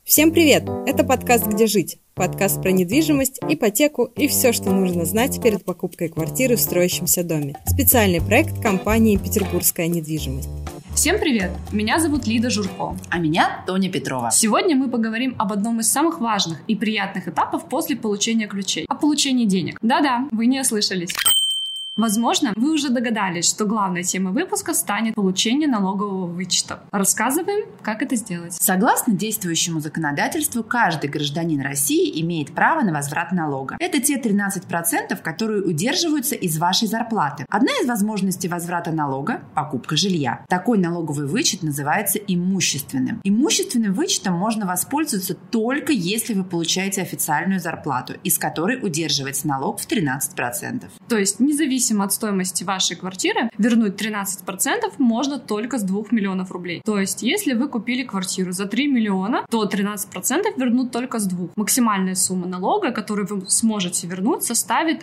Всем привет! Это подкаст «Где жить?» Подкаст про недвижимость, ипотеку и все, что нужно знать перед покупкой квартиры в строящемся доме. Специальный проект компании «Петербургская недвижимость». Всем привет! Меня зовут Лида Журко. А меня Тоня Петрова. Сегодня мы поговорим об одном из самых важных и приятных этапов после получения ключей – о получении денег. Да-да, вы не ослышались. Возможно, вы уже догадались, что главной темой выпуска станет получение налогового вычета. Рассказываем, как это сделать. Согласно действующему законодательству, каждый гражданин России имеет право на возврат налога. Это те 13%, которые удерживаются из вашей зарплаты. Одна из возможностей возврата налога – покупка жилья. Такой налоговый вычет называется имущественным. Имущественным вычетом можно воспользоваться только если вы получаете официальную зарплату, из которой удерживается налог в 13%. То есть, независимо от стоимости вашей квартиры, вернуть 13% можно только с 2 миллионов рублей. То есть, если вы купили квартиру за 3 миллиона, то 13% вернут только с 2. Максимальная сумма налога, которую вы сможете вернуть, составит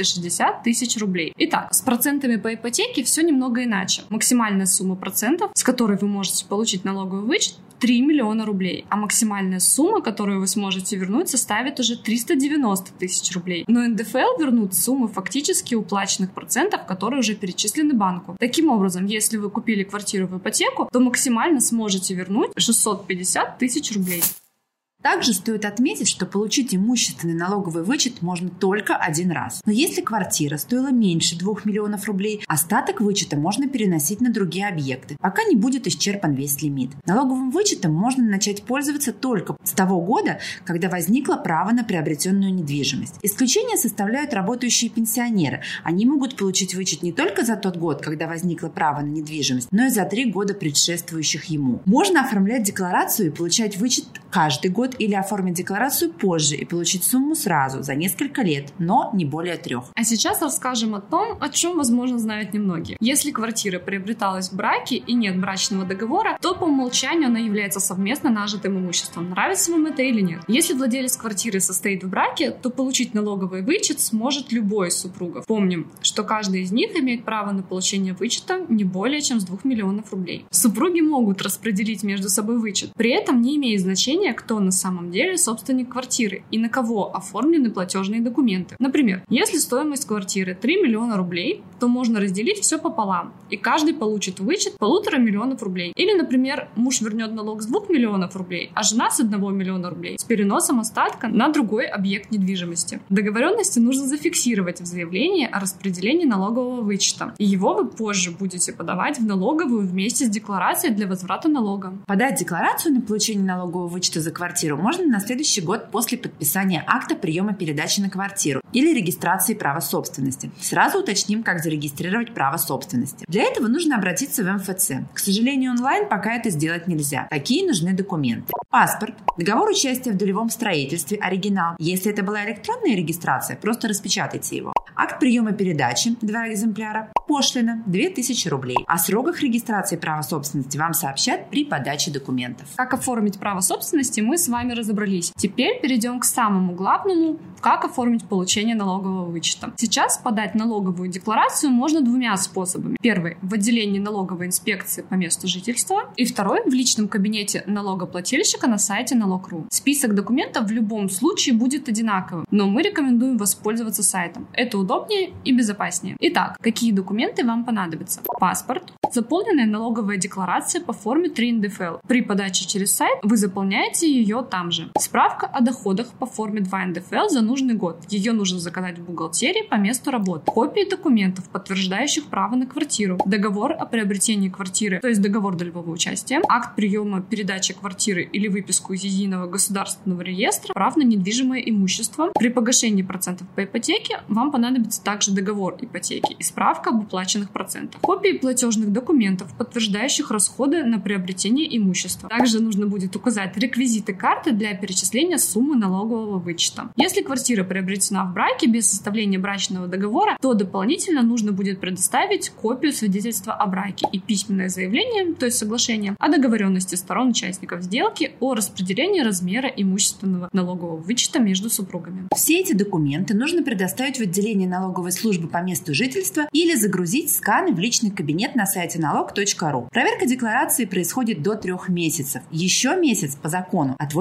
260 тысяч рублей. Итак, с процентами по ипотеке все немного иначе. Максимальная сумма процентов, с которой вы можете получить налоговый вычет, 3 миллиона рублей, а максимальная сумма, которую вы сможете вернуть, составит уже 390 тысяч рублей. Но НДФЛ вернут суммы фактически уплаченных процентов, которые уже перечислены банку. Таким образом, если вы купили квартиру в ипотеку, то максимально сможете вернуть 650 тысяч рублей. Также стоит отметить, что получить имущественный налоговый вычет можно только один раз. Но если квартира стоила меньше 2 миллионов рублей, остаток вычета можно переносить на другие объекты, пока не будет исчерпан весь лимит. Налоговым вычетом можно начать пользоваться только с того года, когда возникло право на приобретенную недвижимость. Исключение составляют работающие пенсионеры. Они могут получить вычет не только за тот год, когда возникло право на недвижимость, но и за 3 года предшествующих ему. Можно оформлять декларацию и получать вычет каждый год, или оформить декларацию позже и получить сумму сразу, за несколько лет, но не более 3. А сейчас расскажем о том, о чем, возможно, знают немногие. Если квартира приобреталась в браке и нет брачного договора, то по умолчанию она является совместно нажитым имуществом. Нравится вам это или нет? Если владелец квартиры состоит в браке, то получить налоговый вычет сможет любой из супругов. Помним, что каждый из них имеет право на получение вычета не более чем с 2 миллионов рублей. Супруги могут распределить между собой вычет. При этом не имеет значения, кто на самом деле собственник квартиры и на кого оформлены платежные документы. Например, если стоимость квартиры 3 миллиона рублей, то можно разделить все пополам, и каждый получит вычет 1,5 миллиона рублей. Или, например, муж вернет налог с 2 миллионов рублей, а жена с 1 миллиона рублей с переносом остатка на другой объект недвижимости. Договоренности нужно зафиксировать в заявлении о распределении налогового вычета, и его вы позже будете подавать в налоговую вместе с декларацией для возврата налога. Подать декларацию на получение налогового вычета за квартиру можно на следующий год после подписания акта приема передачи на квартиру или регистрации права собственности. Сразу уточним, как зарегистрировать право собственности. Для этого нужно обратиться в МФЦ. К сожалению, онлайн пока это сделать нельзя. Какие нужны документы? Паспорт, договор участия в долевом строительстве, оригинал. Если это была электронная регистрация, просто распечатайте его. Акт приема передачи, 2 экземпляра. Пошлина, 2000 рублей. О сроках регистрации права собственности вам сообщат при подаче документов. Как оформить право собственности, мы с вами разобрались. Теперь перейдем к самому главному, как оформить получение налогового вычета. Сейчас подать налоговую декларацию можно 2 способами. Первый – в отделении налоговой инспекции по месту жительства. И второй – в личном кабинете налогоплательщика на сайте налог.ру. Список документов в любом случае будет одинаковым, но мы рекомендуем воспользоваться сайтом. Это удобнее и безопаснее. Итак, какие документы вам понадобятся? Паспорт, заполненная налоговая декларация по форме 3 НДФЛ. При подаче через сайт вы заполняете ее там же. Справка о доходах по форме 2 НДФЛ за нужный год. Ее нужно заказать в бухгалтерии по месту работы. Копии документов, подтверждающих право на квартиру. Договор о приобретении квартиры, то есть договор долевого участия. Акт приема передачи квартиры или выписку из единого государственного реестра прав на недвижимое имущество. При погашении процентов по ипотеке вам понадобится также договор ипотеки и справка об уплаченных процентах. Копии платежных документов, подтверждающих расходы на приобретение имущества. Также нужно будет указать реквизиты карты для перечисления суммы налогового вычета. Если квартира приобретена в браке без составления брачного договора, то дополнительно нужно будет предоставить копию свидетельства о браке и письменное заявление, то есть соглашение о договоренности сторон участников сделки о распределении размера имущественного налогового вычета между супругами. Все эти документы нужно предоставить в отделение налоговой службы по месту жительства или загрузить сканы в личный кабинет на сайте налог.ру. Проверка декларации происходит до 3 месяцев. Еще месяц по закону отводится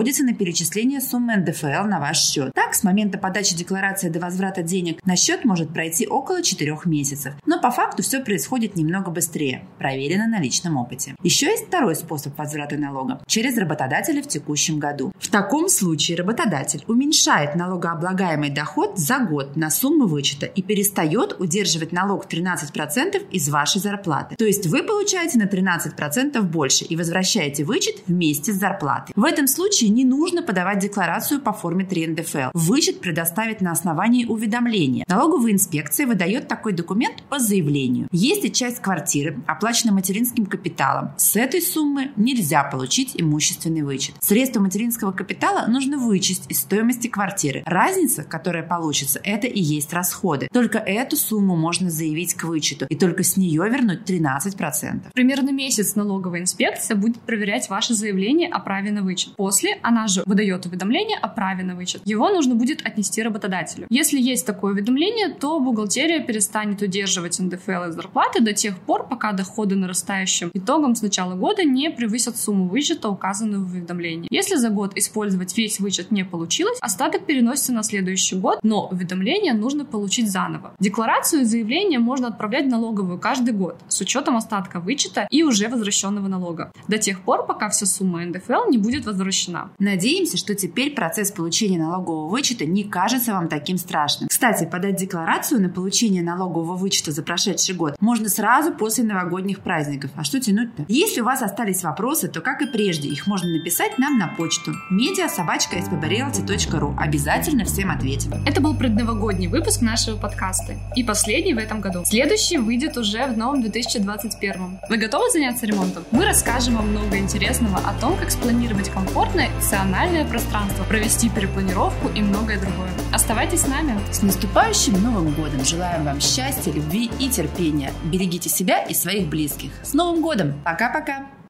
приходится на перечисление суммы НДФЛ на ваш счет. Так, с момента подачи декларации до возврата денег на счет может пройти около 4 месяцев. Но по факту все происходит немного быстрее. Проверено на личном опыте. Еще есть второй способ возврата налога – через работодателя в текущем году. В таком случае работодатель уменьшает налогооблагаемый доход за год на сумму вычета и перестает удерживать налог в 13% из вашей зарплаты. То есть вы получаете на 13% больше и возвращаете вычет вместе с зарплатой. В этом случае не нужно подавать декларацию по форме 3 НДФЛ. Вычет предоставить на основании уведомления. Налоговая инспекция выдает такой документ по заявлению. Если часть квартиры оплачена материнским капиталом, с этой суммы нельзя получить имущественный вычет. Средства материнского капитала нужно вычесть из стоимости квартиры. Разница, которая получится, это и есть расходы. Только эту сумму можно заявить к вычету, и только с нее вернуть 13%. Примерно месяц налоговая инспекция будет проверять ваше заявление о праве на вычет. После она же выдает уведомление о праве на вычет. Его нужно будет отнести работодателю. Если есть такое уведомление, то бухгалтерия перестанет удерживать НДФЛ из зарплаты до тех пор, пока доходы нарастающим итогом с начала года не превысят сумму вычета, указанную в уведомлении. Если за год использовать весь вычет не получилось, остаток переносится на следующий год, но уведомление нужно получить заново. Декларацию и заявление можно отправлять в налоговую каждый год с учетом остатка вычета и уже возвращенного налога, до тех пор, пока вся сумма НДФЛ не будет возвращена. Надеемся, что теперь процесс получения налогового вычета не кажется вам таким страшным. Кстати, подать декларацию на получение налогового вычета за прошедший год можно сразу после новогодних праздников. А что тянуть-то? Если у вас остались вопросы, то, как и прежде, их можно написать нам на почту media@spbrealty.ru. Обязательно всем ответим. Это был предновогодний выпуск нашего подкаста и последний в этом году. Следующий выйдет уже в новом 2021. Вы готовы заняться ремонтом? Мы расскажем вам много интересного о том, как спланировать комфортное опциональное пространство, провести перепланировку и многое другое. Оставайтесь с нами. С наступающим Новым годом! Желаем вам счастья, любви и терпения. Берегите себя и своих близких. С Новым годом! Пока-пока!